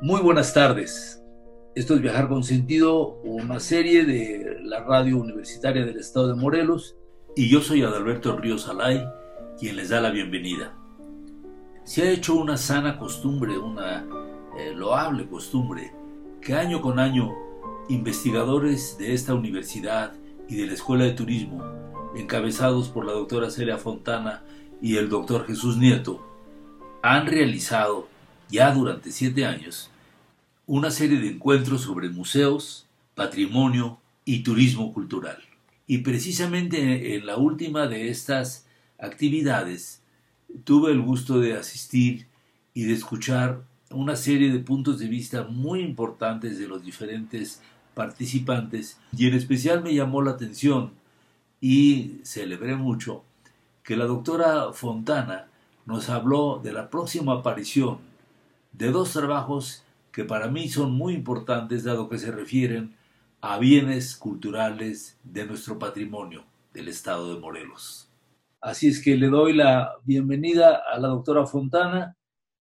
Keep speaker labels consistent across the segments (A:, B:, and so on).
A: Muy buenas tardes. Esto es Viajar con Sentido, una serie de la radio universitaria del estado de Morelos, y yo soy Adalberto Ríos Alay, quien les da la bienvenida. Se ha hecho una sana costumbre, una loable costumbre, que año con año investigadores de esta universidad y de la Escuela de Turismo, encabezados por la doctora Celia Fontana y el doctor Jesús Nieto, han realizado ya durante 7 años una serie de encuentros sobre museos, patrimonio y turismo cultural. Y precisamente en la última de estas actividades tuve el gusto de asistir y de escuchar una serie de puntos de vista muy importantes de los diferentes participantes, y en especial me llamó la atención y celebré mucho que la doctora Fontana nos habló de la próxima aparición de 2 trabajos que para mí son muy importantes, dado que se refieren a bienes culturales de nuestro patrimonio del estado de Morelos. Así es que le doy la bienvenida a la doctora Fontana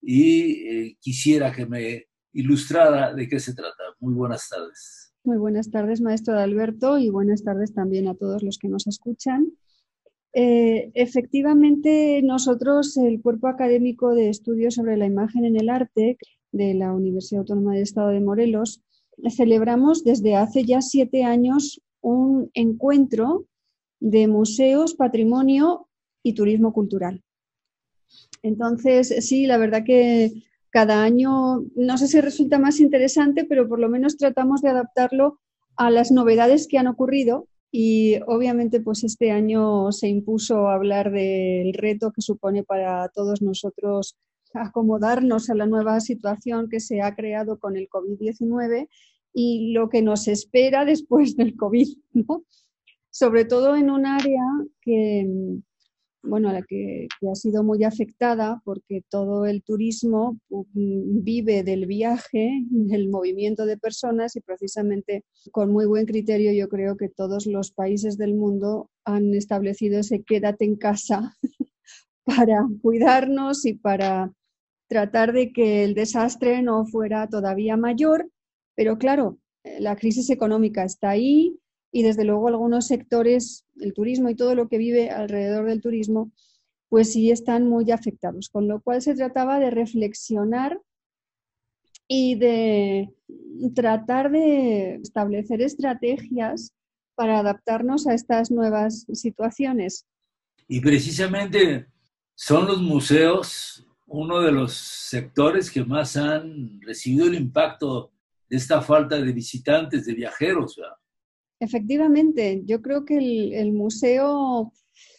A: y quisiera que me ilustrara de qué se trata. Muy buenas tardes.
B: Muy buenas tardes, maestro Adalberto, y buenas tardes también a todos los que nos escuchan. Efectivamente, nosotros, el Cuerpo Académico de Estudios sobre la Imagen en el Arte de la Universidad Autónoma del Estado de Morelos, celebramos desde hace ya 7 años un encuentro de museos, patrimonio y turismo cultural. Entonces, sí, la verdad que cada año, no sé si resulta más interesante, pero por lo menos tratamos de adaptarlo a las novedades que han ocurrido. Y obviamente pues este año se impuso hablar del reto que supone para todos nosotros acomodarnos a la nueva situación que se ha creado con el COVID-19 y lo que nos espera después del COVID, ¿no? Sobre todo en un área que, bueno, la que ha sido muy afectada porque todo el turismo vive del viaje, del movimiento de personas, y precisamente con muy buen criterio yo creo que todos los países del mundo han establecido ese quédate en casa para cuidarnos y para tratar de que el desastre no fuera todavía mayor, pero claro, la crisis económica está ahí. Y desde luego algunos sectores, el turismo y todo lo que vive alrededor del turismo, pues sí están muy afectados. Con lo cual se trataba de reflexionar y de tratar de establecer estrategias para adaptarnos a estas nuevas situaciones.
A: Y precisamente son los museos uno de los sectores que más han recibido el impacto de esta falta de visitantes, de viajeros, ¿verdad?
B: Efectivamente, yo creo que el museo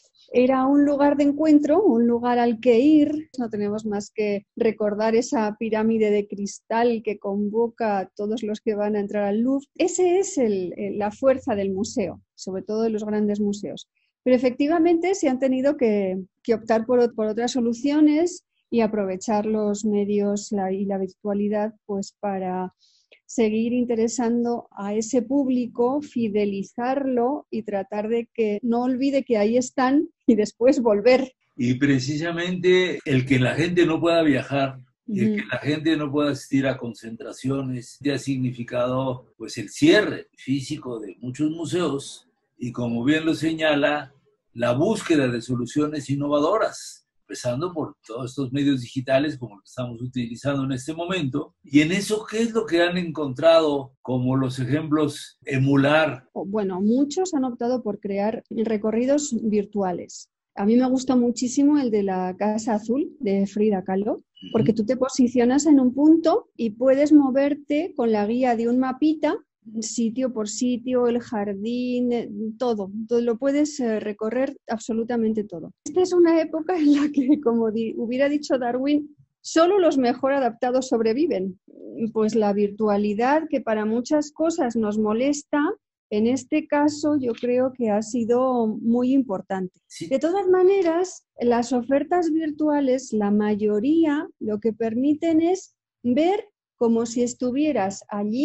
B: era un lugar de encuentro, un lugar al que ir. No tenemos más que recordar esa pirámide de cristal que convoca a todos los que van a entrar al Louvre. Esa es la fuerza del museo, sobre todo de los grandes museos. Pero efectivamente se han tenido que optar por otras soluciones y aprovechar los medios y la virtualidad pues para seguir interesando a ese público, fidelizarlo y tratar de que no olvide que ahí están y después volver.
A: Y precisamente el que la gente no pueda viajar y el que la gente no pueda asistir a concentraciones ya ha significado pues el cierre físico de muchos museos y, como bien lo señala, la búsqueda de soluciones innovadoras, empezando por todos estos medios digitales como los que estamos utilizando en este momento. Y en eso, ¿qué es lo que han encontrado como los ejemplos emular?
B: Bueno, muchos han optado por crear recorridos virtuales. A mí me gusta muchísimo el de la Casa Azul de Frida Kahlo, porque tú te posicionas en un punto y puedes moverte con la guía de un mapita, sitio por sitio, el jardín, todo lo puedes recorrer absolutamente todo. Esta es una época en la que, como hubiera dicho Darwin, solo los mejor adaptados sobreviven. Pues la virtualidad, que para muchas cosas nos molesta, en este caso yo creo que ha sido muy importante.
A: Sí.
B: De todas maneras, las ofertas virtuales, la mayoría, lo que permiten es ver como si estuvieras allí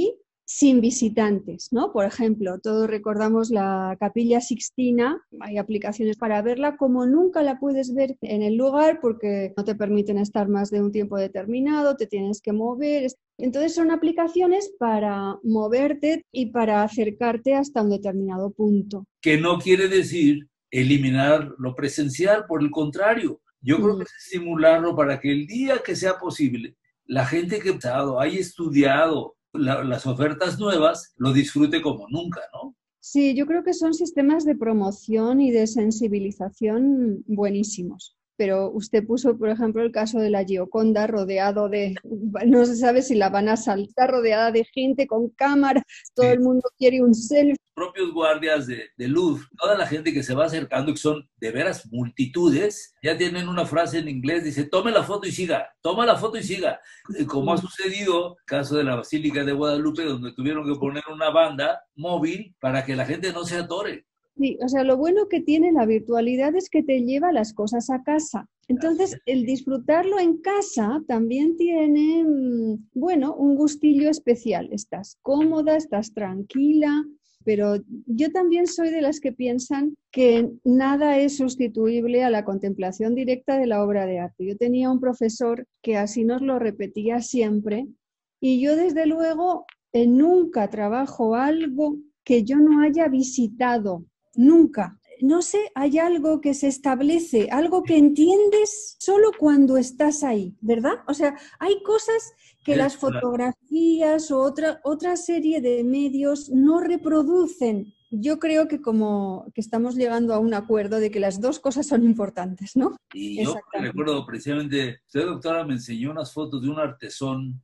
B: sin visitantes, ¿no? Por ejemplo, todos recordamos la Capilla Sixtina, hay aplicaciones para verla, como nunca la puedes ver en el lugar porque no te permiten estar más de un tiempo determinado, te tienes que mover. Entonces son aplicaciones para moverte y para acercarte hasta un determinado punto.
A: Que no quiere decir eliminar lo presencial, por el contrario. Yo creo que es estimularlo para que el día que sea posible, la gente que haya estudiado las ofertas nuevas, lo disfrute como nunca, ¿no?
B: Sí, yo creo que son sistemas de promoción y de sensibilización buenísimos. Pero usted puso, por ejemplo, el caso de la Gioconda rodeado de, no se sabe si la van a saltar, rodeada de gente con cámara, todo el mundo quiere un selfie.
A: Propios guardias de Louvre, toda la gente que se va acercando, que son de veras multitudes, ya tienen una frase en inglés, dice, tome la foto y siga, toma la foto y siga. Como ha sucedido, el caso de la Basílica de Guadalupe, donde tuvieron que poner una banda móvil para que la gente no se atore.
B: Sí, o sea, lo bueno que tiene la virtualidad es que te lleva las cosas a casa. Entonces, el disfrutarlo en casa también tiene, bueno, un gustillo especial. Estás cómoda, estás tranquila, pero yo también soy de las que piensan que nada es sustituible a la contemplación directa de la obra de arte. Yo tenía un profesor que así nos lo repetía siempre y yo desde luego nunca trabajo algo que yo no haya visitado. Nunca. No sé, hay algo que se establece, algo que entiendes solo cuando estás ahí, ¿verdad? O sea, hay cosas que las fotografías o otra serie de medios no reproducen. Yo creo que como que estamos llegando a un acuerdo de que las dos cosas son importantes, ¿no?
A: Y yo recuerdo precisamente, usted, doctora, me enseñó unas fotos de un artesón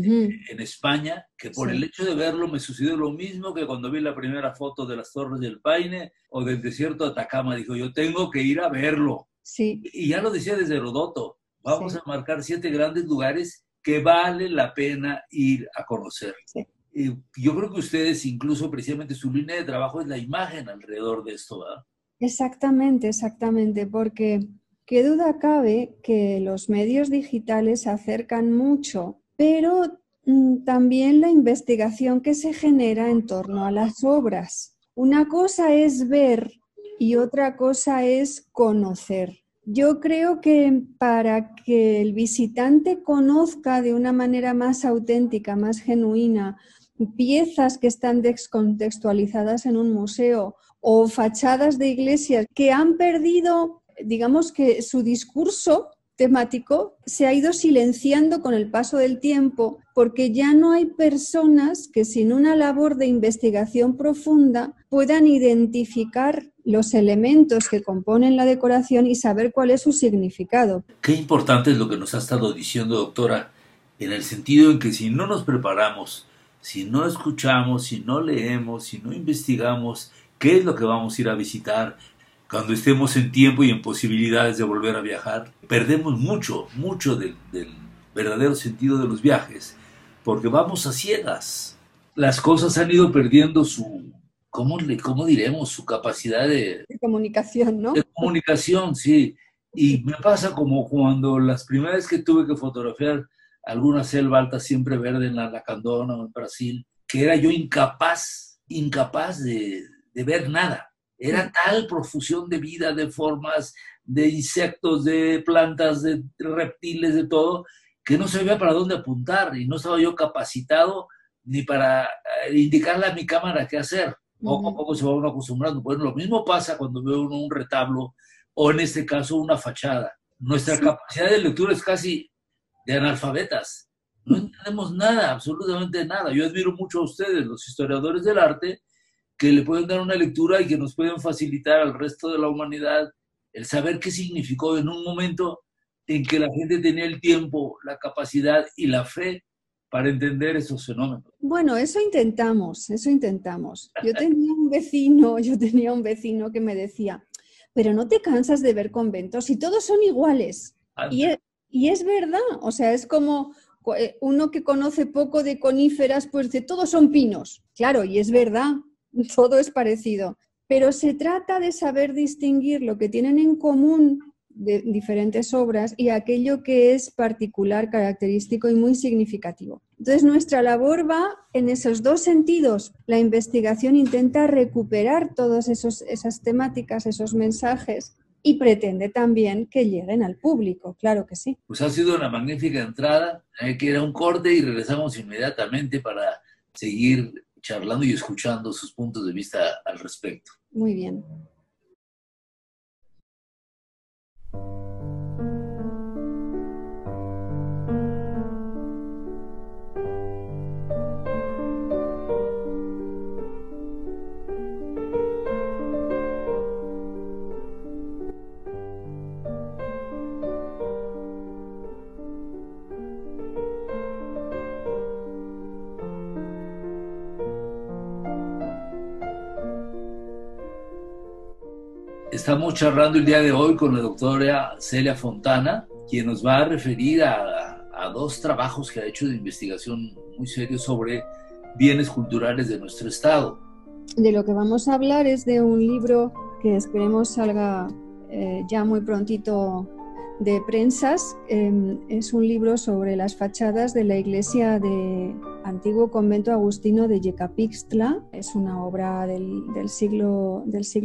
A: en España, que por el hecho de verlo me sucedió lo mismo que cuando vi la primera foto de las Torres del Paine o del desierto de Atacama. Dijo, yo tengo que ir a verlo.
B: Sí.
A: Y ya lo decía desde Herodoto, vamos a marcar 7 grandes lugares que vale la pena ir a conocer.
B: Sí.
A: Yo creo que ustedes, incluso precisamente su línea de trabajo es la imagen alrededor de esto, ¿verdad?
B: Exactamente, porque qué duda cabe que los medios digitales se acercan mucho, pero también la investigación que se genera en torno a las obras. Una cosa es ver y otra cosa es conocer. Yo creo que para que el visitante conozca de una manera más auténtica, más genuina, piezas que están descontextualizadas en un museo o fachadas de iglesias que han perdido, digamos que su discurso temático se ha ido silenciando con el paso del tiempo porque ya no hay personas que sin una labor de investigación profunda puedan identificar los elementos que componen la decoración y saber cuál es su significado.
A: Qué importante es lo que nos ha estado diciendo, doctora, en el sentido en que si no nos preparamos, si no escuchamos, si no leemos, si no investigamos qué es lo que vamos a ir a visitar, cuando estemos en tiempo y en posibilidades de volver a viajar, perdemos mucho del verdadero sentido de los viajes, porque vamos a ciegas. Las cosas han ido perdiendo su, ¿cómo diremos? Su capacidad de
B: comunicación, ¿no?
A: De comunicación, sí. Y me pasa como cuando las primeras que tuve que fotografiar alguna selva alta siempre verde en la Lacandona o en Brasil, que era yo incapaz de ver nada. Era tal profusión de vida, de formas, de insectos, de plantas, de reptiles, de todo, que no sabía para dónde apuntar y no estaba yo capacitado ni para indicarle a mi cámara qué hacer. Poco a poco se va uno acostumbrando. Bueno, lo mismo pasa cuando ve uno un retablo o en este caso una fachada. Nuestra capacidad de lectura es casi de analfabetas. No entendemos nada, absolutamente nada. Yo admiro mucho a ustedes, los historiadores del arte, que le pueden dar una lectura y que nos pueden facilitar al resto de la humanidad el saber qué significó en un momento en que la gente tenía el tiempo, la capacidad y la fe para entender esos fenómenos.
B: Bueno, eso intentamos. Yo tenía un vecino que me decía, pero ¿no te cansas de ver conventos? Y todos son iguales. Y es verdad, o sea, es como uno que conoce poco de coníferas, pues de todos son pinos. Claro, y es verdad, todo es parecido. Pero se trata de saber distinguir lo que tienen en común de diferentes obras y aquello que es particular, característico y muy significativo. Entonces, nuestra labor va en esos dos sentidos. La investigación intenta recuperar todas esas temáticas, esos mensajes, y pretende también que lleguen al público, claro que sí.
A: Pues ha sido una magnífica entrada. Hay que ir a un corte y regresamos inmediatamente para seguir charlando y escuchando sus puntos de vista al respecto.
B: Muy bien.
A: Estamos charlando el día de hoy con la doctora Celia Fontana, quien nos va a referir a dos trabajos que ha hecho de investigación muy serios sobre bienes culturales de nuestro estado.
B: De lo que vamos a hablar es de un libro que esperemos salga ya muy prontito de prensas. Es un libro sobre las fachadas de la iglesia de antiguo convento agustino de Yecapixtla. Es una obra del siglo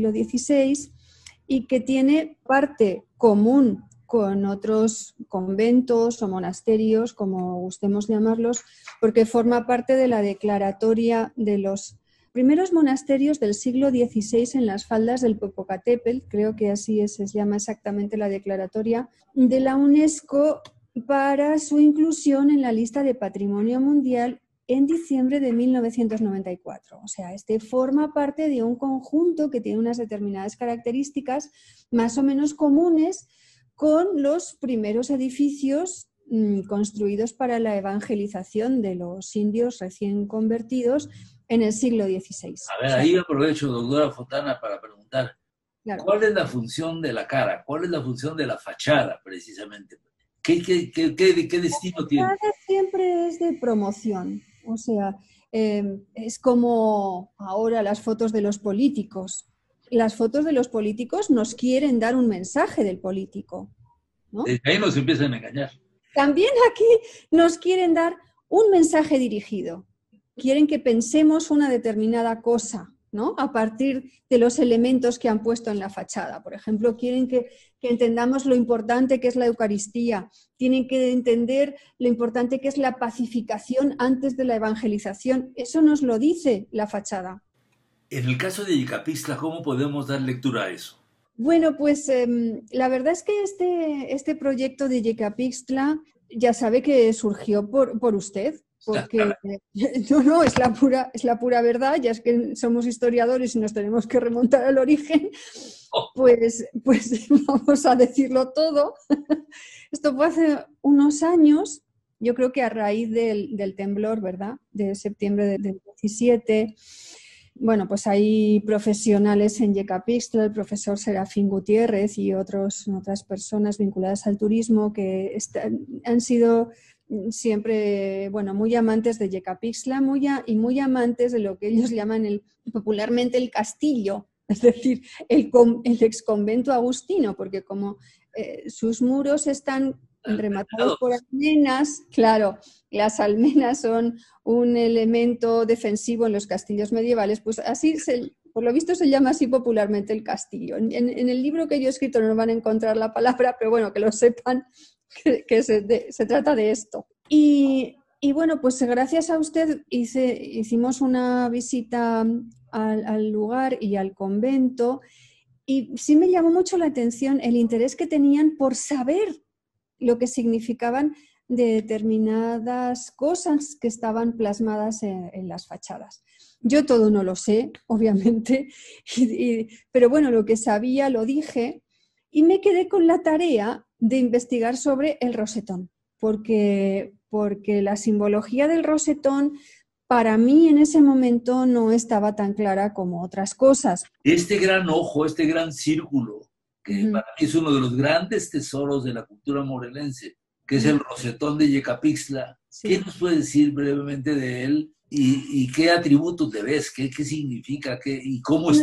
B: XVI y que tiene parte común con otros conventos o monasterios, como gustemos llamarlos, porque forma parte de la declaratoria de los primeros monasterios del siglo XVI en las faldas del Popocatépetl, creo que así se llama exactamente la declaratoria, de la UNESCO para su inclusión en la lista de Patrimonio Mundial en diciembre de 1994. O sea, forma parte de un conjunto que tiene unas determinadas características más o menos comunes con los primeros edificios construidos para la evangelización de los indios recién convertidos en el siglo XVI.
A: A ver, ahí aprovecho, doctora Fontana, para preguntar, claro, ¿cuál es la función de la cara? ¿Cuál es la función de la fachada, precisamente? ¿Qué destino tiene?
B: La fachada siempre es de promoción, o sea, es como ahora las fotos de los políticos. Las fotos de los políticos nos quieren dar un mensaje del político, ¿no?
A: Desde ahí nos empiezan a engañar.
B: También aquí nos quieren dar un mensaje dirigido. Quieren que pensemos una determinada cosa, ¿no? A partir de los elementos que han puesto en la fachada. Por ejemplo, quieren que entendamos lo importante que es la Eucaristía, tienen que entender lo importante que es la pacificación antes de la evangelización. Eso nos lo dice la fachada.
A: En el caso de Yecapixtla, ¿cómo podemos dar lectura a eso?
B: Bueno, pues la verdad es que este proyecto de Yecapixtla ya sabe que surgió por usted. Porque no, es la pura verdad, ya es que somos historiadores y nos tenemos que remontar al origen, pues vamos a decirlo todo. Esto fue hace unos años, yo creo que a raíz del temblor, ¿verdad?, de septiembre del 17. Bueno, pues hay profesionales en Yecapixtla, el profesor Serafín Gutiérrez y otras personas vinculadas al turismo que han sido siempre, bueno, muy amantes de Yecapixtla y muy amantes de lo que ellos llaman popularmente el castillo, es decir, el exconvento agustino, porque como sus muros están rematados por almenas, claro, las almenas son un elemento defensivo en los castillos medievales, pues así por lo visto se llama así popularmente el castillo. En el libro que yo he escrito no van a encontrar la palabra, pero bueno, que lo sepan que se trata de esto. Y bueno, pues gracias a usted hicimos una visita al lugar y al convento y sí me llamó mucho la atención el interés que tenían por saber lo que significaban de determinadas cosas que estaban plasmadas en las fachadas. Yo todo no lo sé, obviamente, pero bueno, lo que sabía lo dije y me quedé con la tarea de investigar sobre el rosetón, porque la simbología del rosetón para mí en ese momento no estaba tan clara como otras cosas.
A: Este gran ojo, este gran círculo, que para mí es uno de los grandes tesoros de la cultura morelense, que es el rosetón de Yecapixtla. Sí. ¿Qué nos puede decir brevemente de él y qué atributos le ves? ¿Qué significa? ¿Y cómo está?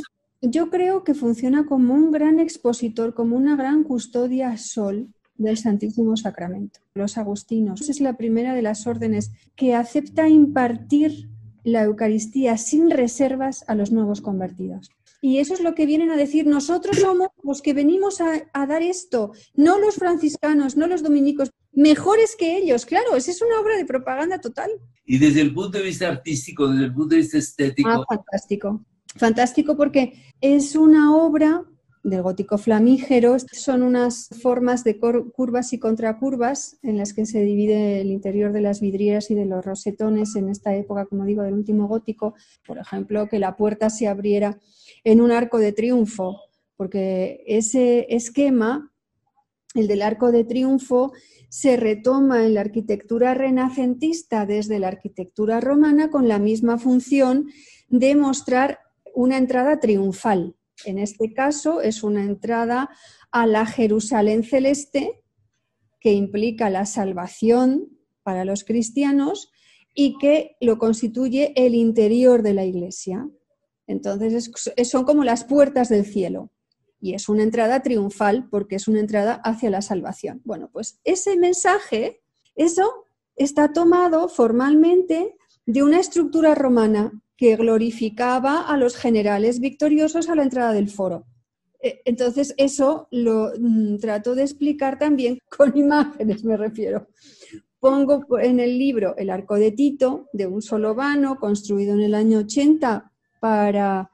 B: Yo creo que funciona como un gran expositor, como una gran custodia a sol del Santísimo Sacramento. Los agustinos es la primera de las órdenes que acepta impartir la Eucaristía sin reservas a los nuevos convertidos. Y eso es lo que vienen a decir, nosotros somos los que venimos a dar esto, no los franciscanos, no los dominicos, mejores que ellos. Claro, esa es una obra de propaganda total.
A: Y desde el punto de vista artístico, desde el punto de vista estético.
B: Fantástico. Fantástico porque es una obra del gótico flamígero, son unas formas de curvas y contracurvas en las que se divide el interior de las vidrieras y de los rosetones en esta época, como digo, del último gótico. Por ejemplo, que la puerta se abriera en un arco de triunfo, porque ese esquema, el del arco de triunfo, se retoma en la arquitectura renacentista desde la arquitectura romana con la misma función de mostrar una entrada triunfal. En este caso es una entrada a la Jerusalén celeste que implica la salvación para los cristianos y que lo constituye el interior de la iglesia. Entonces son como las puertas del cielo y es una entrada triunfal porque es una entrada hacia la salvación. Bueno, pues ese mensaje, eso está tomado formalmente de una estructura romana que glorificaba a los generales victoriosos a la entrada del foro. Entonces eso lo trato de explicar también con imágenes, me refiero. Pongo en el libro el arco de Tito, de un solo vano, construido en el año 80 para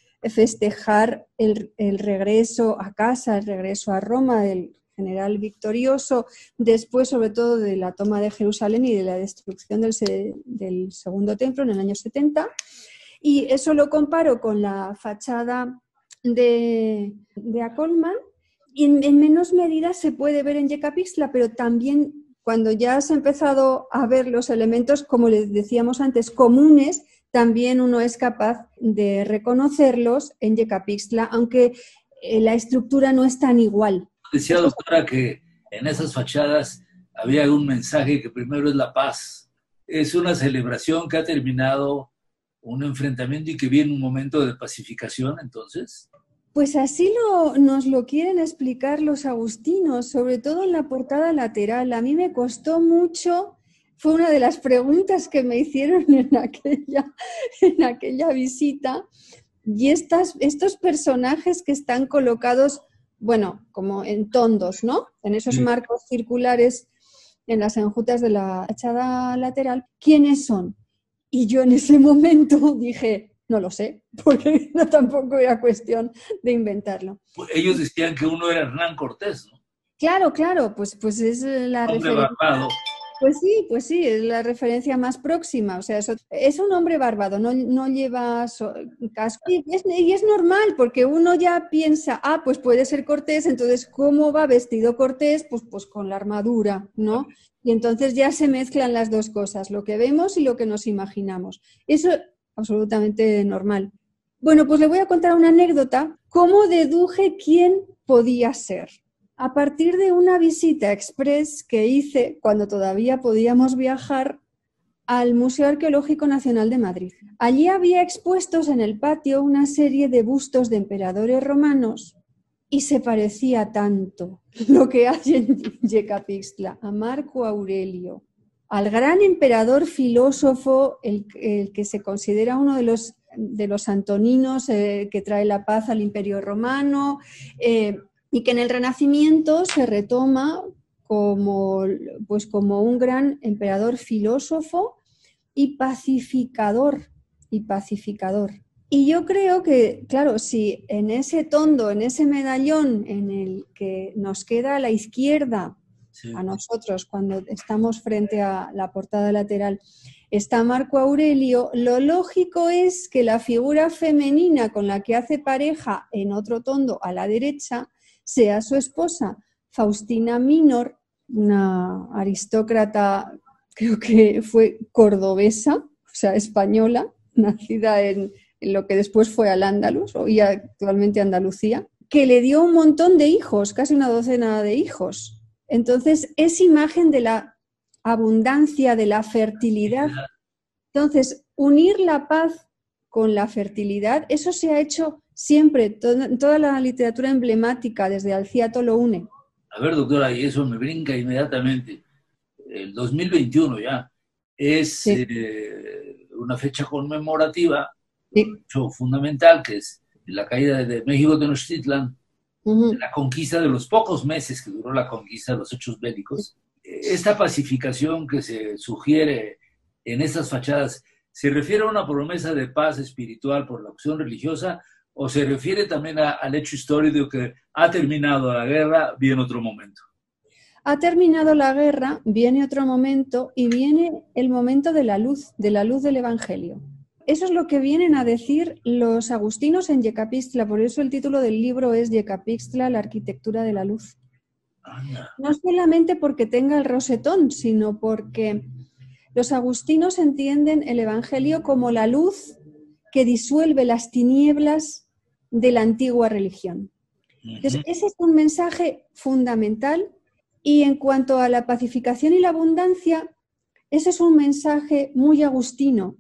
B: festejar el regreso a casa, el regreso a Roma del general victorioso, después sobre todo de la toma de Jerusalén y de la destrucción del segundo templo en el año 70, y eso lo comparo con la fachada de Acolman, y en menos medida se puede ver en Yecapixtla, pero también cuando ya has empezado a ver los elementos, como les decíamos antes, comunes, también uno es capaz de reconocerlos en Yecapixtla, aunque la estructura no es tan igual.
A: Decía, doctora, que en esas fachadas había un mensaje que primero es la paz. Es una celebración que ha terminado un enfrentamiento y que viene un momento de pacificación, entonces.
B: Pues así nos lo quieren explicar los agustinos, sobre todo en la portada lateral. A mí me costó mucho, fue una de las preguntas que me hicieron en aquella visita, y estos personajes que están colocados, bueno, como en tondos, ¿no? En esos marcos circulares, en las enjutas de la fachada lateral, ¿quiénes son? Y yo en ese momento dije, no lo sé, porque no tampoco era cuestión de inventarlo.
A: Pues ellos decían que uno era Hernán Cortés, ¿no?
B: Claro, pues es la referencia. Barbado. Pues sí, es la referencia más próxima. O sea, es un hombre barbado, no lleva casco. Y es normal, porque uno ya piensa, pues puede ser Cortés, entonces, ¿cómo va vestido Cortés? Pues con la armadura, ¿no? Y entonces ya se mezclan las dos cosas, lo que vemos y lo que nos imaginamos. Eso es absolutamente normal. Bueno, pues le voy a contar una anécdota. ¿Cómo deduje quién podía ser? A partir de una visita express que hice cuando todavía podíamos viajar al Museo Arqueológico Nacional de Madrid. Allí había expuestos en el patio una serie de bustos de emperadores romanos y se parecía tanto lo que hay en Yecapixtla a Marco Aurelio, al gran emperador filósofo, el que se considera uno de los antoninos que trae la paz al Imperio Romano, y que en el Renacimiento se retoma como un gran emperador filósofo y pacificador. Y yo creo que, claro, si en ese tondo, en ese medallón en el que nos queda a la izquierda, sí, a nosotros cuando estamos frente a la portada lateral, está Marco Aurelio, lo lógico es que la figura femenina con la que hace pareja en otro tondo a la derecha sea su esposa, Faustina Minor, una aristócrata, creo que fue cordobesa, o sea, española, nacida en lo que después fue Al-Ándalus, hoy actualmente Andalucía, que le dio un montón de hijos, casi una docena de hijos. Entonces, es imagen de la abundancia, de la fertilidad. Entonces, unir la paz con la fertilidad, eso se ha hecho Siempre, toda la literatura emblemática, desde Alciato, lo une.
A: A ver, doctora, y eso me brinca inmediatamente. El 2021 ya es
B: Sí.
A: Una fecha conmemorativa,
B: Sí.
A: un hecho fundamental, que es la caída de México Tenochtitlan, la conquista de los pocos meses que duró la conquista de los hechos bélicos. Esta pacificación que se sugiere en estas fachadas, ¿se refiere a una promesa de paz espiritual por la opción religiosa o se refiere también al hecho histórico que ha terminado la guerra, viene otro momento?
B: Ha terminado la guerra, viene otro momento y viene el momento de la luz del Evangelio. Eso es lo que vienen a decir los agustinos en Yecapixtla, por eso el título del libro es Yecapixtla, la arquitectura de la luz. No solamente porque tenga el rosetón, sino porque los agustinos entienden el Evangelio como la luz que disuelve las tinieblas de la antigua religión. Entonces, ese es un mensaje fundamental. Y en cuanto a la pacificación y la abundancia, ese es un mensaje muy agustino.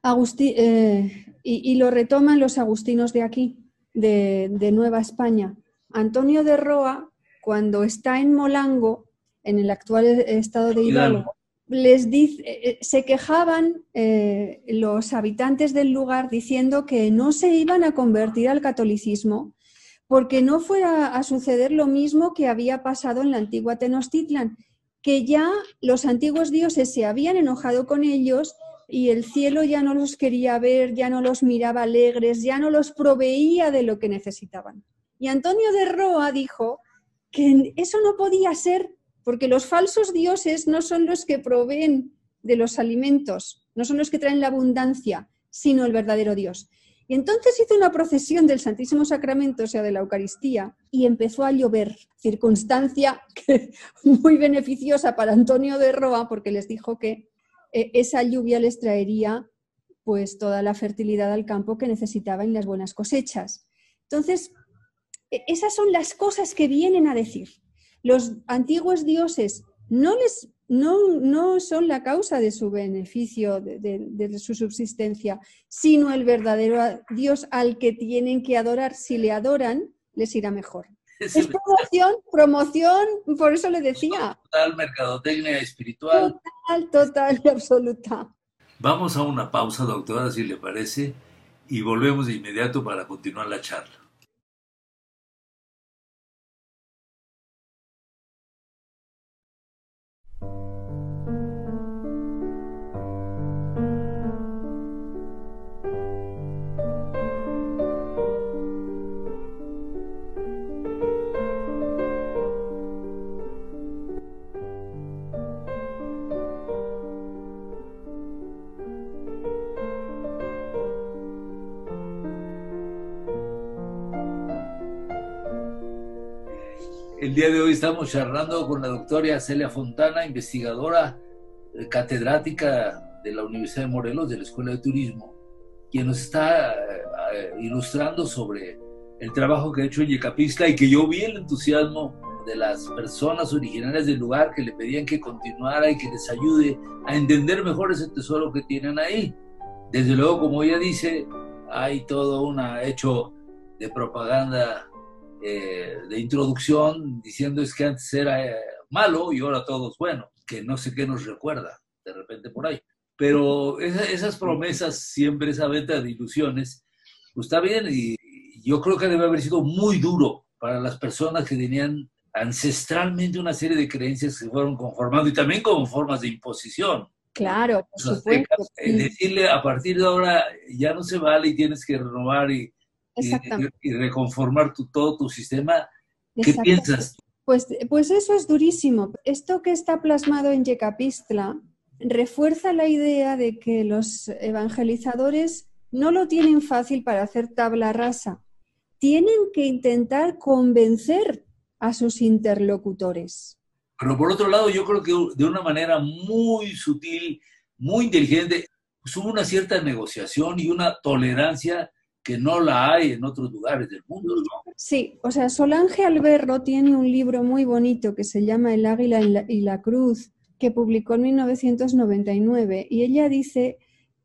B: Y lo retoman los agustinos de aquí, de Nueva España. Antonio de Roa, cuando está en Molango, en el actual estado de Hidalgo, les dice, se quejaban los habitantes del lugar diciendo que no se iban a convertir al catolicismo porque no fuera a suceder lo mismo que había pasado en la antigua Tenochtitlan, que ya los antiguos dioses se habían enojado con ellos y el cielo ya no los quería ver, ya no los miraba alegres, ya no los proveía de lo que necesitaban. Y Antonio de Roa dijo que eso no podía ser, porque los falsos dioses no son los que proveen de los alimentos, no son los que traen la abundancia, sino el verdadero Dios. Y entonces hizo una procesión del Santísimo Sacramento, o sea, de la Eucaristía, y empezó a llover, circunstancia muy beneficiosa para Antonio de Roa, porque les dijo que esa lluvia les traería pues toda la fertilidad al campo que necesitaban y las buenas cosechas. Entonces, esas son las cosas que vienen a decir. Los antiguos dioses no son la causa de su beneficio, de su subsistencia, sino el verdadero Dios al que tienen que adorar. Si le adoran, les irá mejor. Es promoción, por eso le decía.
A: Total mercadotecnia espiritual.
B: Total y absoluta.
A: Vamos a una pausa, doctora, si le parece, y volvemos de inmediato para continuar la charla. El día de hoy estamos charlando con la doctora Celia Fontana, investigadora catedrática de la Universidad de Morelos, de la Escuela de Turismo, quien nos está ilustrando sobre el trabajo que ha hecho en Yecapixtla y que yo vi el entusiasmo de las personas originarias del lugar que le pedían que continuara y que les ayude a entender mejor ese tesoro que tienen ahí. Desde luego, como ella dice, hay todo un hecho de propaganda de introducción diciendo es que antes era malo y ahora todo es bueno, que no sé qué nos recuerda de repente por ahí. Pero esas promesas, siempre esa venta de ilusiones, pues está bien, y yo creo que debe haber sido muy duro para las personas que tenían ancestralmente una serie de creencias que se fueron conformando y también como formas de imposición.
B: Claro, por supuesto.
A: Decirle a partir de ahora ya no se vale y tienes que renovar y reconformar todo tu sistema. ¿Qué piensas?
B: Pues eso es durísimo. Esto que está plasmado en Yecapixtla refuerza la idea de que los evangelizadores no lo tienen fácil para hacer tabla rasa. Tienen que intentar convencer a sus interlocutores.
A: Pero por otro lado, yo creo que de una manera muy sutil, muy inteligente, pues hubo una cierta negociación y una tolerancia que no la hay en otros lugares del mundo, ¿no?
B: Sí, o sea, Solange Alberro tiene un libro muy bonito que se llama El águila y la cruz, que publicó en 1999, y ella dice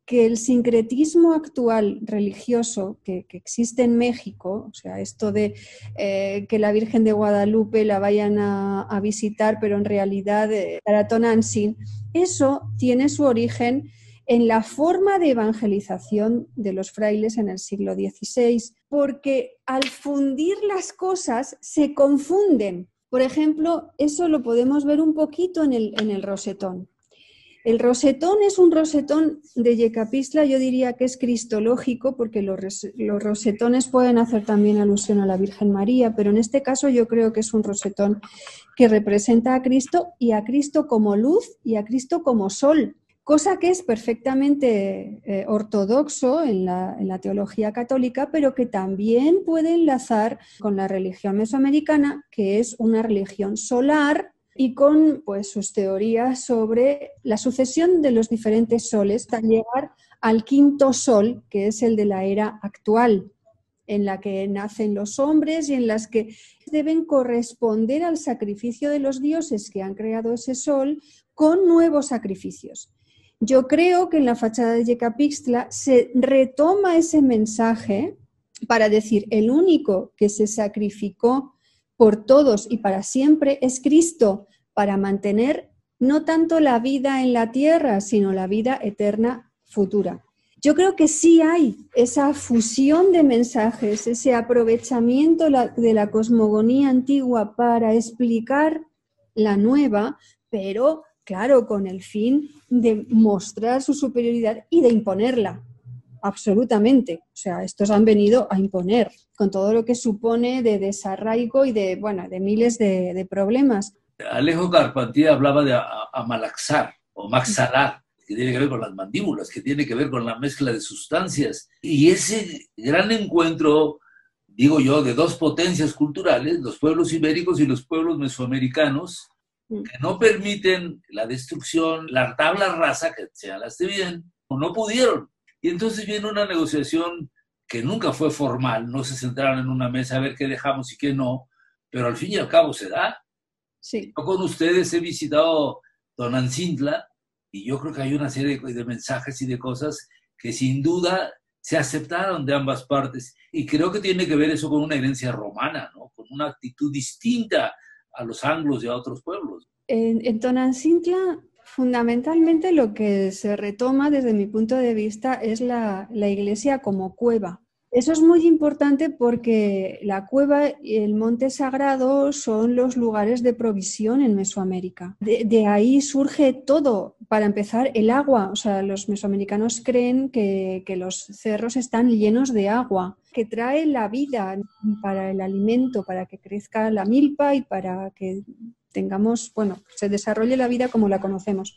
B: que el sincretismo actual religioso que existe en México, o sea, esto de que la Virgen de Guadalupe la vayan a visitar, pero en realidad para Tonantzin, eso tiene su origen en la forma de evangelización de los frailes en el siglo XVI, porque al fundir las cosas se confunden. Por ejemplo, eso lo podemos ver un poquito en el rosetón. El rosetón es un rosetón de Yecapixtla, yo diría que es cristológico, porque los rosetones pueden hacer también alusión a la Virgen María, pero en este caso yo creo que es un rosetón que representa a Cristo, y a Cristo como luz y a Cristo como sol, cosa que es perfectamente ortodoxo en la teología católica, pero que también puede enlazar con la religión mesoamericana, que es una religión solar, y con pues, sus teorías sobre la sucesión de los diferentes soles hasta llegar al quinto sol, que es el de la era actual, en la que nacen los hombres y en las que deben corresponder al sacrificio de los dioses que han creado ese sol con nuevos sacrificios. Yo creo que en la fachada de Yecapixtla se retoma ese mensaje para decir el único que se sacrificó por todos y para siempre es Cristo, para mantener no tanto la vida en la tierra, sino la vida eterna futura. Yo creo que sí hay esa fusión de mensajes, ese aprovechamiento de la cosmogonía antigua para explicar la nueva, pero claro, con el fin de mostrar su superioridad y de imponerla. Absolutamente. O sea, estos han venido a imponer, con todo lo que supone de desarraigo y de miles de problemas.
A: Alejo Carpentier hablaba de amalaxar o maxalar, que tiene que ver con las mandíbulas, que tiene que ver con la mezcla de sustancias. Y ese gran encuentro, digo yo, de dos potencias culturales, los pueblos ibéricos y los pueblos mesoamericanos, que no permiten la destrucción, la tabla rasa, que señalaste bien, o no pudieron. Y entonces viene una negociación que nunca fue formal, no se sentaron en una mesa a ver qué dejamos y qué no, pero al fin y al cabo se da.
B: Sí.
A: Yo con ustedes he visitado Tonantzintla y yo creo que hay una serie de mensajes y de cosas que sin duda se aceptaron de ambas partes, y creo que tiene que ver eso con una herencia romana, ¿no? Con una actitud distinta a los anglos y a otros pueblos.
B: En Tonantzintla, fundamentalmente lo que se retoma desde mi punto de vista es la iglesia como cueva. Eso es muy importante porque la cueva y el monte sagrado son los lugares de provisión en Mesoamérica. De ahí surge todo. Para empezar, el agua. O sea, los mesoamericanos creen que los cerros están llenos de agua, que trae la vida para el alimento, para que crezca la milpa y para que tengamos, se desarrolle la vida como la conocemos.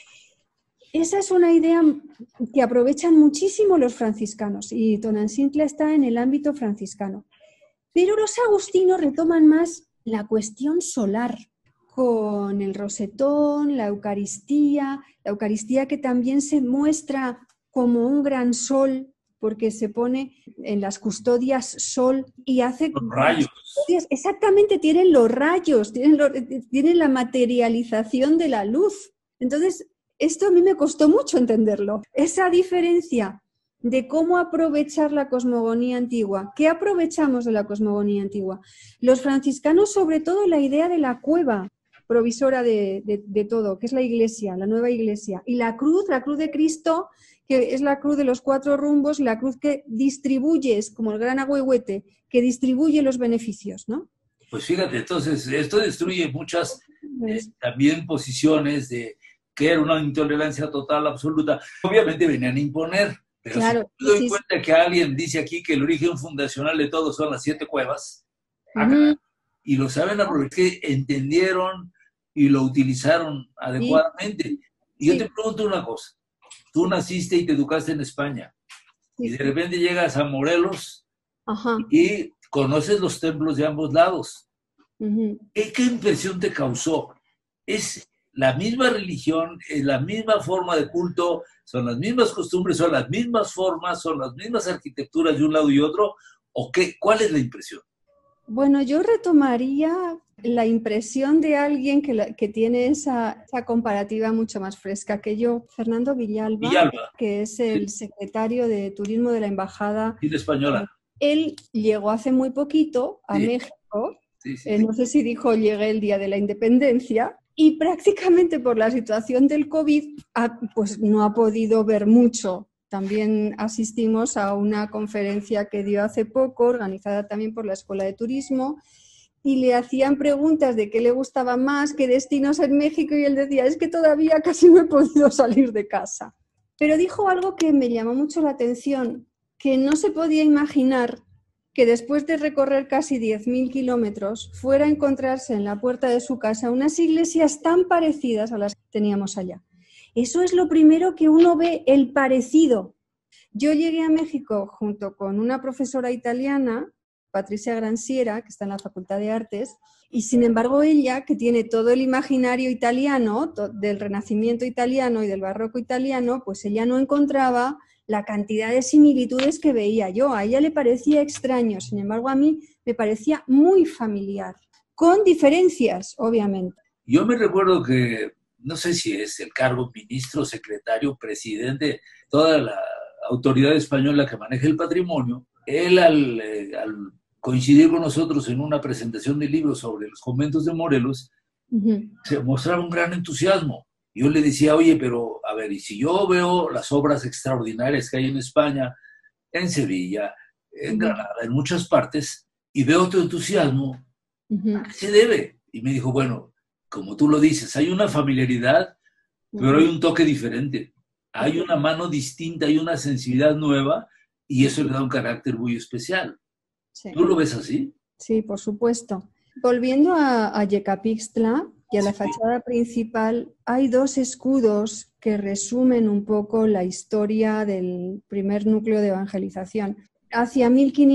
B: Esa es una idea que aprovechan muchísimo los franciscanos, y Tonantzintla está en el ámbito franciscano. Pero los agustinos retoman más la cuestión solar, con el rosetón, la Eucaristía que también se muestra como un gran sol, porque se pone en las custodias sol y hace...
A: Los rayos.
B: Exactamente, tienen los rayos, tienen la materialización de la luz. Entonces, esto a mí me costó mucho entenderlo. Esa diferencia de cómo aprovechar la cosmogonía antigua. ¿Qué aprovechamos de la cosmogonía antigua? Los franciscanos, sobre todo, la idea de la cueva provisora de todo, que es la iglesia, la nueva iglesia. Y la cruz de Cristo, que es la cruz de los cuatro rumbos, la cruz que distribuye, es como el gran agüehuete, que distribuye los beneficios, ¿no?
A: Pues fíjate, entonces esto destruye muchas también posiciones de que era una intolerancia total, absoluta. Obviamente venían a imponer, pero
B: claro,
A: si me doy cuenta que alguien dice aquí que el origen fundacional de todo son las 7 cuevas, acá, y lo saben aprovechar, que entendieron y lo utilizaron adecuadamente. Y yo te pregunto una cosa, tú naciste y te educaste en España, y de repente llegas a Morelos y conoces los templos de ambos lados. ¿Qué impresión te causó? ¿Es la misma religión, es la misma forma de culto, son las mismas costumbres, son las mismas formas, son las mismas arquitecturas de un lado y otro? ¿O qué? ¿Cuál es la impresión?
B: Bueno, yo retomaría la impresión de alguien que tiene esa comparativa mucho más fresca que yo, Fernando Villalba,
A: Villalba,
B: que es
A: sí,
B: el secretario de Turismo de la Embajada.
A: sí, de española.
B: Él llegó hace muy poquito a
A: Sí,
B: México,
A: sí, sí, sí.
B: no sé si dijo llegué el día de la independencia, y prácticamente por la situación del COVID, pues no ha podido ver mucho. También asistimos a una conferencia que dio hace poco, organizada también por la Escuela de Turismo, y le hacían preguntas de qué le gustaba más, qué destinos en México, y él decía, es que todavía casi no he podido salir de casa. Pero dijo algo que me llamó mucho la atención, que no se podía imaginar que después de recorrer casi 10.000 kilómetros fuera a encontrarse en la puerta de su casa unas iglesias tan parecidas a las que teníamos allá. Eso es lo primero que uno ve, el parecido. Yo llegué a México junto con una profesora italiana, Patricia Granciera, que está en la Facultad de Artes, y sin embargo ella, que tiene todo el imaginario italiano, del Renacimiento italiano y del Barroco italiano, pues ella no encontraba la cantidad de similitudes que veía yo. A ella le parecía extraño, sin embargo a mí me parecía muy familiar, con diferencias, obviamente.
A: Yo me recuerdo que, no sé si es el cargo ministro, secretario, presidente, toda la autoridad española que maneja el patrimonio, él al coincidir con nosotros en una presentación de libros sobre los conventos de Morelos, se mostraba un gran entusiasmo. Yo le decía, oye, pero a ver, y si yo veo las obras extraordinarias que hay en España, en Sevilla, en Granada, en muchas partes, y veo tu entusiasmo, ¿a qué se debe? Y me dijo, bueno, como tú lo dices, hay una familiaridad, pero hay un toque diferente. Hay una mano distinta, hay una sensibilidad nueva y eso le da un carácter muy especial.
B: Sí.
A: ¿Tú lo ves así?
B: Sí, por supuesto. Volviendo a Yecapixtla y a la
A: Sí.
B: fachada principal, hay dos escudos que resumen un poco la historia del primer núcleo de evangelización. Hacia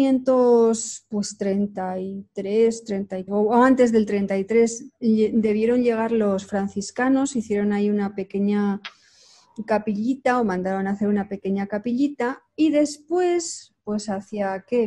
B: 1533, 30, o antes del 33, debieron llegar los franciscanos, hicieron ahí una pequeña capillita o mandaron a hacer una pequeña capillita y después, pues hacia ¿qué?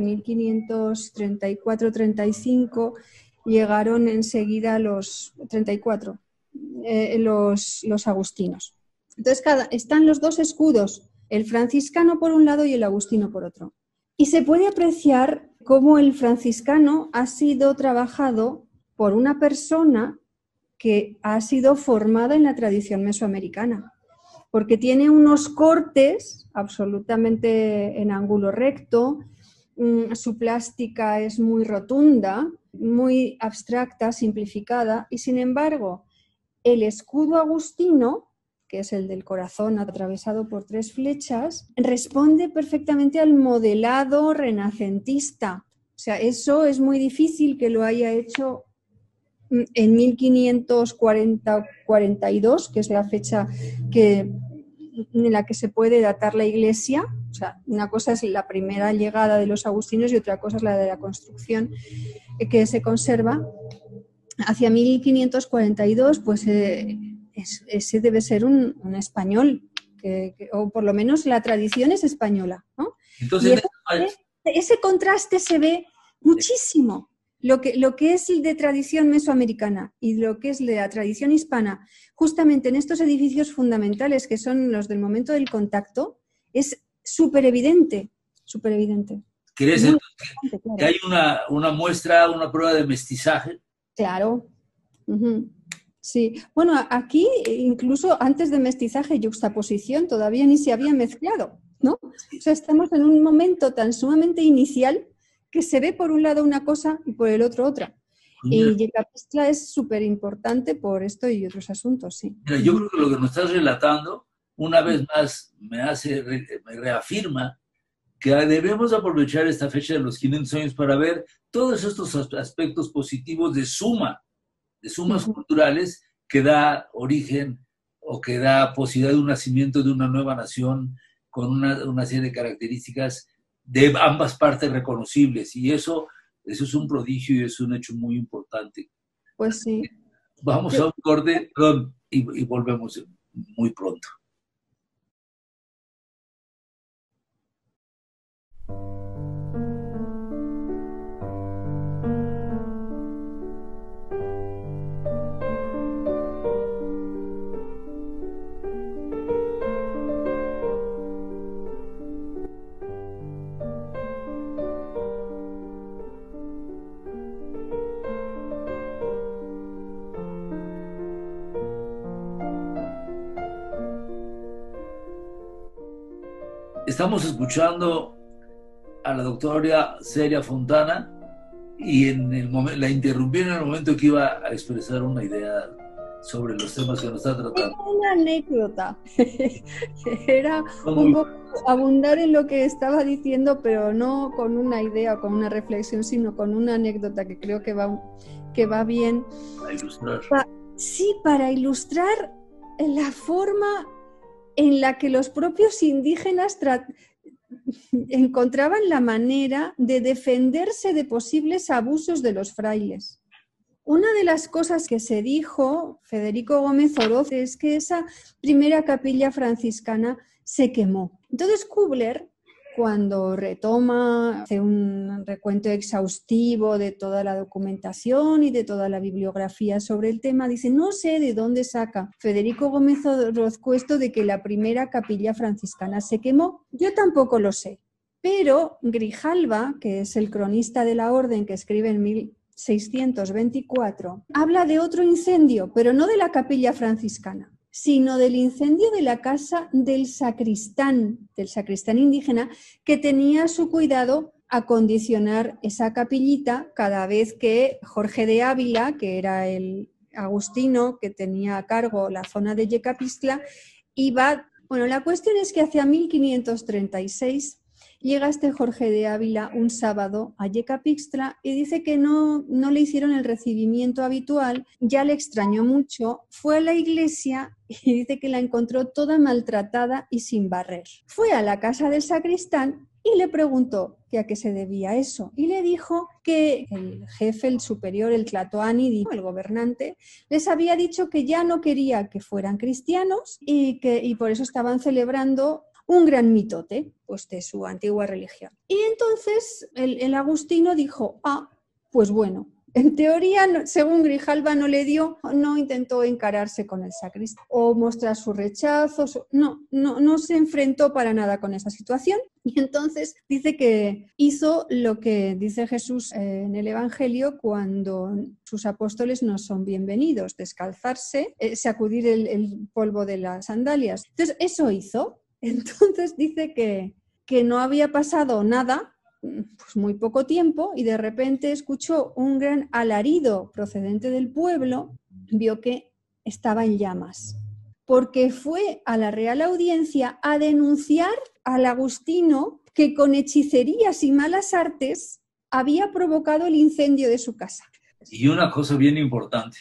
B: 1534-35 llegaron enseguida los 34, los agustinos. Entonces están los dos escudos, el franciscano por un lado y el agustino por otro. Y se puede apreciar cómo el franciscano ha sido trabajado por una persona que ha sido formada en la tradición mesoamericana, porque tiene unos cortes absolutamente en ángulo recto, su plástica es muy rotunda, muy abstracta, simplificada, y sin embargo, el escudo agustino, que es el del corazón atravesado por 3 flechas, responde perfectamente al modelado renacentista. O sea, eso es muy difícil que lo haya hecho en 1540-42, que es la fecha en la que se puede datar la iglesia. O sea, una cosa es la primera llegada de los agustinos y otra cosa es la de la construcción que se conserva. Hacia 1542, pues ese debe ser un español, o por lo menos la tradición es española, ¿no? Y
A: Entonces,
B: ese contraste se ve muchísimo. Lo que es de tradición mesoamericana y lo que es de la tradición hispana, justamente en estos edificios fundamentales que son los del momento del contacto, es súper evidente, súper evidente.
A: ¿crees
B: Muy
A: entonces
B: claro.
A: que hay una muestra, una prueba de mestizaje?
B: Claro. Uh-huh. Sí. Bueno, aquí incluso antes de mestizaje y yuxtaposición todavía ni se había mezclado, ¿no? O sea, estamos en un momento tan sumamente inicial que se ve por un lado una cosa y por el otro otra.
A: Mira,
B: Y Yecapixtla es súper importante por esto y otros asuntos, sí.
A: mira, yo creo que lo que nos estás relatando, una vez más, me reafirma que debemos aprovechar esta fecha de los 500 años para ver todos estos aspectos positivos de sumas culturales que da origen o que da posibilidad de un nacimiento de una nueva nación con una serie de características de ambas partes reconocibles. Y eso es un prodigio y es un hecho muy importante.
B: Pues sí.
A: Vamos
B: Yo,
A: a un corte, perdón, y volvemos muy pronto. Estamos escuchando a la doctora Celia Fontana y la interrumpí en el momento que iba a expresar una idea sobre los temas que nos está tratando.
B: Era una anécdota, era un poco abundar en lo que estaba diciendo, pero no con una idea o con una reflexión, sino con una anécdota que creo que va bien.
A: Para ilustrar.
B: Sí, para ilustrar la forma en la que los propios indígenas encontraban la manera de defenderse de posibles abusos de los frailes. Una de las cosas que se dijo, Federico Gómez Oroz, es que esa primera capilla franciscana se quemó. Entonces Kubler, cuando retoma, hace un recuento exhaustivo de toda la documentación y de toda la bibliografía sobre el tema, dice, no sé de dónde saca Federico Gómez Orozco esto de que la primera capilla franciscana se quemó. Yo tampoco lo sé, pero Grijalva, que es el cronista de la orden que escribe en 1624, habla de otro incendio, pero no de la capilla franciscana, sino del incendio de la casa del sacristán indígena, que tenía a su cuidado acondicionar esa capillita cada vez que Jorge de Ávila, que era el agustino que tenía a cargo la zona de Yecapixtla, iba... Bueno, la cuestión es que hacia 1536 llega este Jorge de Ávila un sábado a Yecapixtla y dice que no le hicieron el recibimiento habitual, ya le extrañó mucho, fue a la iglesia y dice que la encontró toda maltratada y sin barrer. Fue a la casa del sacristán y le preguntó que a qué se debía eso. Y le dijo que el jefe, el superior, el tlatoani, el gobernante, les había dicho que ya no quería que fueran cristianos y por eso estaban celebrando un gran mitote, pues, de su antigua religión. Y entonces el agustino dijo, pues bueno, en teoría, según Grijalva, no intentó encararse con el sacristán o mostrar su rechazo, no se enfrentó para nada con esa situación. Y entonces dice que hizo lo que dice Jesús en el Evangelio cuando sus apóstoles no son bienvenidos, descalzarse, sacudir el polvo de las sandalias. Entonces eso hizo. Entonces dice que no había pasado nada, pues muy poco tiempo, y de repente escuchó un gran alarido procedente del pueblo, vio que estaba en llamas, porque fue a la Real Audiencia a denunciar al agustino que con hechicerías y malas artes había provocado el incendio de su casa.
A: Y una cosa bien importante,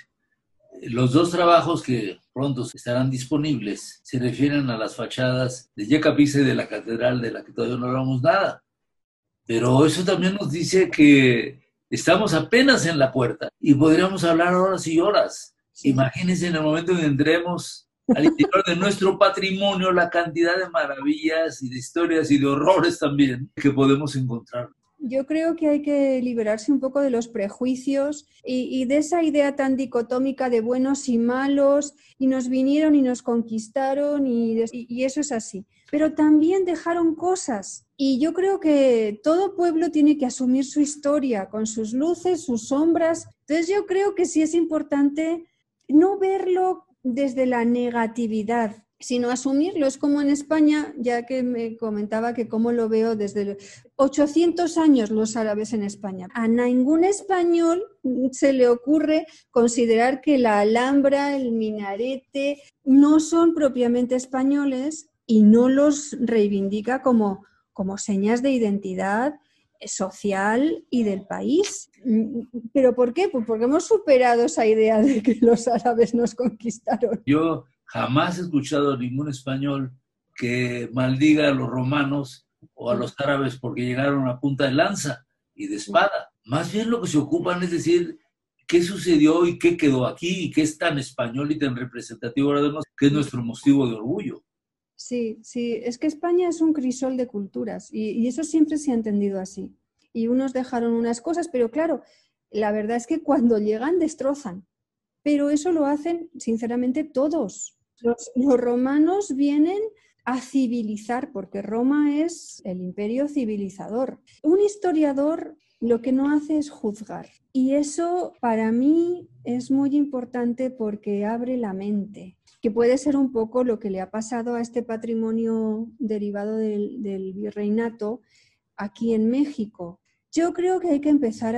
A: los dos trabajos que pronto estarán disponibles se refieren a las fachadas de Yecapixtla y de la catedral, de la que todavía no hablamos nada. Pero eso también nos dice que estamos apenas en la puerta y podríamos hablar horas y horas. Sí. Imagínense en el momento en que entremos al interior de nuestro patrimonio la cantidad de maravillas y de historias y de horrores también que podemos encontrar.
B: Yo creo que hay que liberarse un poco de los prejuicios y de esa idea tan dicotómica de buenos y malos, y nos vinieron y nos conquistaron y eso es así. Pero también dejaron cosas, y yo creo que todo pueblo tiene que asumir su historia con sus luces, sus sombras. Entonces yo creo que sí es importante no verlo desde la negatividad, sino asumirlo. Es como en España, ya que me comentaba que cómo lo veo desde 800 años los árabes en España. A ningún español se le ocurre considerar que la Alhambra, el minarete, no son propiamente españoles y no los reivindica como señas de identidad social y del país. ¿Pero por qué? Pues porque hemos superado esa idea de que los árabes nos conquistaron.
A: Yo jamás he escuchado a ningún español que maldiga a los romanos o a los árabes porque llegaron a punta de lanza y de espada. Más bien lo que se ocupan es decir qué sucedió y qué quedó aquí y qué es tan español y tan representativo ahora de nosotros, que es nuestro motivo de orgullo.
B: Sí, es que España es un crisol de culturas y eso siempre se ha entendido así. Y unos dejaron unas cosas, pero claro, la verdad es que cuando llegan destrozan. Pero eso lo hacen, sinceramente, todos. Los romanos vienen a civilizar, porque Roma es el imperio civilizador. Un historiador lo que no hace es juzgar. Y eso para mí es muy importante porque abre la mente. que puede ser un poco lo que le ha pasado a este patrimonio derivado del virreinato aquí en México. Yo creo que hay que empezar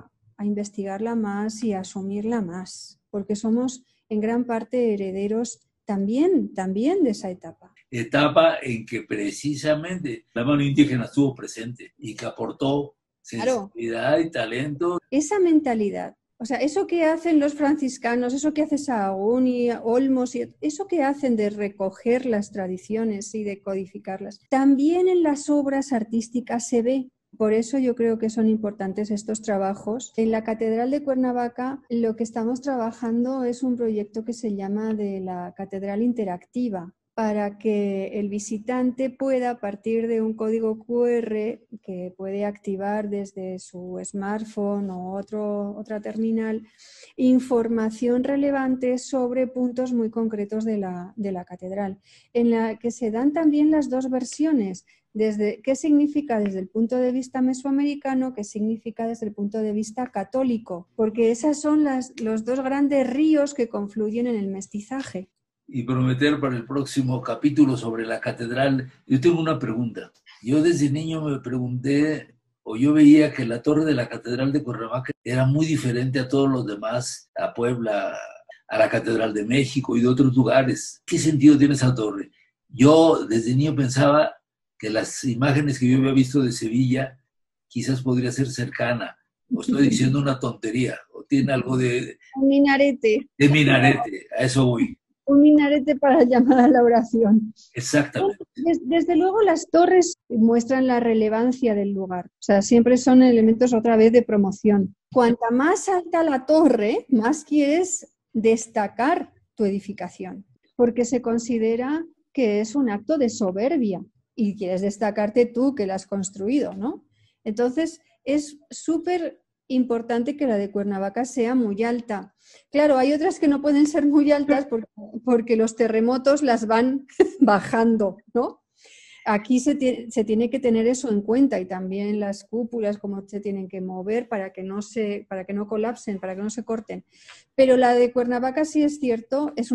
B: a investigarla más y a asumirla más, porque somos en gran parte herederos también de esa etapa.
A: Etapa en que precisamente la mano indígena estuvo presente y que aportó sensibilidad y talento.
B: Esa mentalidad, o sea, eso que hacen los franciscanos, eso que hace Sahagún y Olmos, y eso que hacen de recoger las tradiciones y de codificarlas, también en las obras artísticas se ve. Por eso yo creo que son importantes estos trabajos. En la Catedral de Cuernavaca lo que estamos trabajando es un proyecto que se llama de la Catedral Interactiva, para que el visitante pueda, a partir de un código QR que puede activar desde su smartphone o otra terminal, información relevante sobre puntos muy concretos de la catedral, en la que se dan también las dos versiones, desde qué significa desde el punto de vista mesoamericano, qué significa desde el punto de vista católico, porque esas son los dos grandes ríos que confluyen en el mestizaje.
A: Y prometer para el próximo capítulo sobre la catedral. Yo tengo una pregunta. Yo desde niño me pregunté, o yo veía que la torre de la catedral de Cuernavaca era muy diferente a todos los demás, a Puebla, a la Catedral de México y de otros lugares. ¿Qué sentido tiene esa torre? Yo desde niño pensaba que las imágenes que yo había visto de Sevilla quizás podría ser cercana, o estoy diciendo una tontería, o tiene algo de...
B: Un minarete.
A: De minarete, a eso voy.
B: Un minarete para llamar a la oración.
A: Exactamente.
B: Desde luego las torres muestran la relevancia del lugar, o sea, siempre son elementos otra vez de promoción. Cuanta más alta la torre, más quieres destacar tu edificación, porque se considera que es un acto de soberbia y quieres destacarte tú que la has construido, ¿no? Entonces es súper importante que la de Cuernavaca sea muy alta. Claro, hay otras que no pueden ser muy altas porque los terremotos las van bajando, ¿no? Aquí se tiene que tener eso en cuenta y también las cúpulas, cómo se tienen que mover para que no colapsen, para que no se corten. Pero la de Cuernavaca sí es cierto, es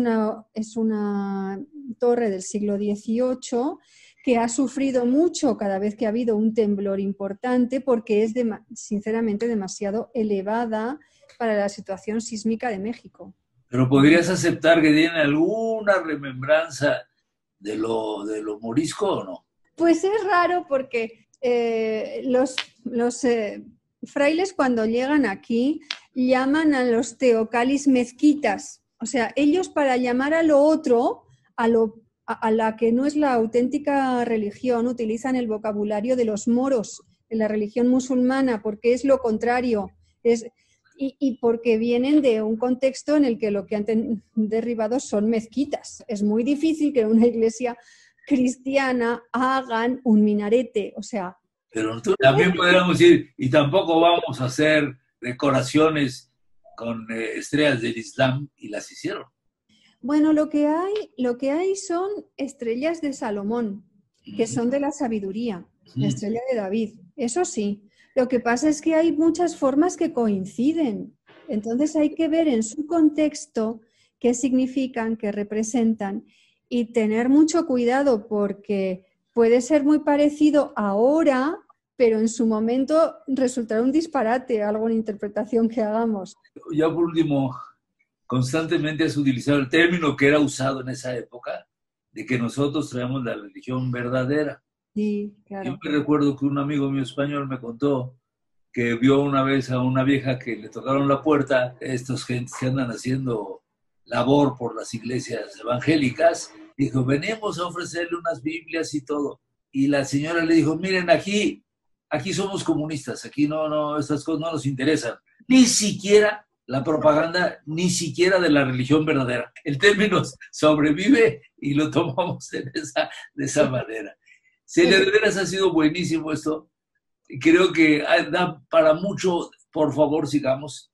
B: una torre del siglo XVIII que ha sufrido mucho cada vez que ha habido un temblor importante porque es sinceramente demasiado elevada para la situación sísmica de México.
A: Pero ¿podrías aceptar que tiene alguna remembranza de lo morisco o no?
B: Pues es raro porque los frailes cuando llegan aquí llaman a los teocalis mezquitas. O sea, ellos para llamar a lo otro, a la que no es la auténtica religión, utilizan el vocabulario de los moros, de la religión musulmana, porque es lo contrario. Y porque vienen de un contexto en el que lo que han derribado son mezquitas. Es muy difícil que una iglesia cristiana hagan un minarete, o sea...
A: Pero también podríamos decir, y tampoco vamos a hacer decoraciones con estrellas del Islam, y las hicieron.
B: Bueno, lo que hay son estrellas de Salomón, que son de la sabiduría, la estrella de David, eso sí. Lo que pasa es que hay muchas formas que coinciden, entonces hay que ver en su contexto qué significan, qué representan y tener mucho cuidado porque puede ser muy parecido ahora, pero en su momento resultará un disparate, alguna interpretación que hagamos.
A: Ya por último, constantemente has utilizado el término que era usado en esa época, de que nosotros traemos la religión verdadera.
B: Sí, claro.
A: Yo me recuerdo que un amigo mío español me contó que vio una vez a una vieja que le tocaron la puerta, estos gentes que andan haciendo labor por las iglesias evangélicas, dijo, venimos a ofrecerle unas Biblias y todo. Y la señora le dijo, miren, aquí somos comunistas, aquí no, estas cosas no nos interesan. Ni siquiera la propaganda, ni siquiera de la religión verdadera. El término sobrevive y lo tomamos de esa manera. Celia, de veras ha sido buenísimo esto. Creo que da para mucho, por favor, sigamos.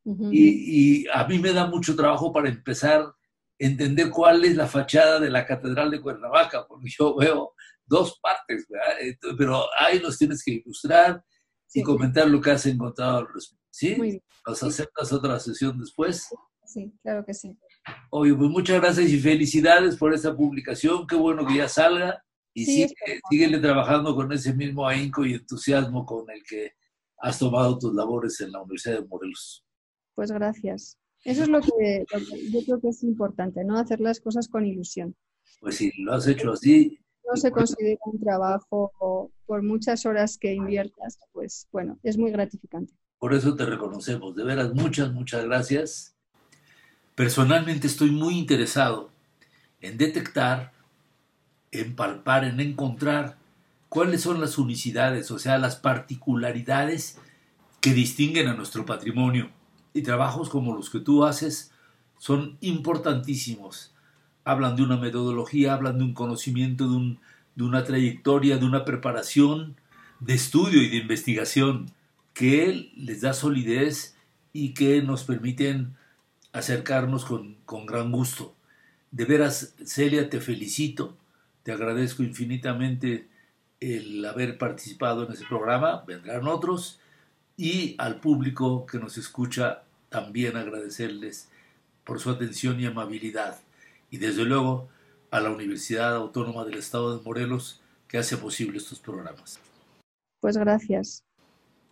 A: Y a mí me da mucho trabajo para empezar a entender cuál es la fachada de la Catedral de Cuernavaca, porque yo veo dos partes, ¿verdad? Pero ahí nos tienes que ilustrar y comentar lo que has encontrado al respecto. ¿Sí? ¿Nos aceptas otra sesión después?
B: Sí, claro que sí.
A: Oye, pues muchas gracias y felicidades por esta publicación. Qué bueno que ya salga y
B: Sí,
A: síguele trabajando con ese mismo ahínco y entusiasmo con el que has tomado tus labores en la Universidad de Morelos.
B: pues gracias. Eso es lo que yo creo que es importante, ¿no? Hacer las cosas con ilusión.
A: Pues si lo has hecho así,
B: No se considera un trabajo por muchas horas que inviertas, pues bueno, es muy gratificante.
A: por eso te reconocemos. De veras, muchas, muchas gracias. Personalmente estoy muy interesado en detectar, en palpar, en encontrar cuáles son las unicidades, o sea, las particularidades que distinguen a nuestro patrimonio. Y trabajos como los que tú haces son importantísimos. Hablan de una metodología, hablan de un conocimiento, de una trayectoria, de una preparación, de estudio y de investigación que les da solidez y que nos permiten acercarnos con gran gusto. De veras, Celia, te felicito, te agradezco infinitamente el haber participado en ese programa, vendrán otros, y al público que nos escucha también agradecerles por su atención y amabilidad. Y desde luego a la Universidad Autónoma del Estado de Morelos que hace posible estos programas.
B: Pues gracias.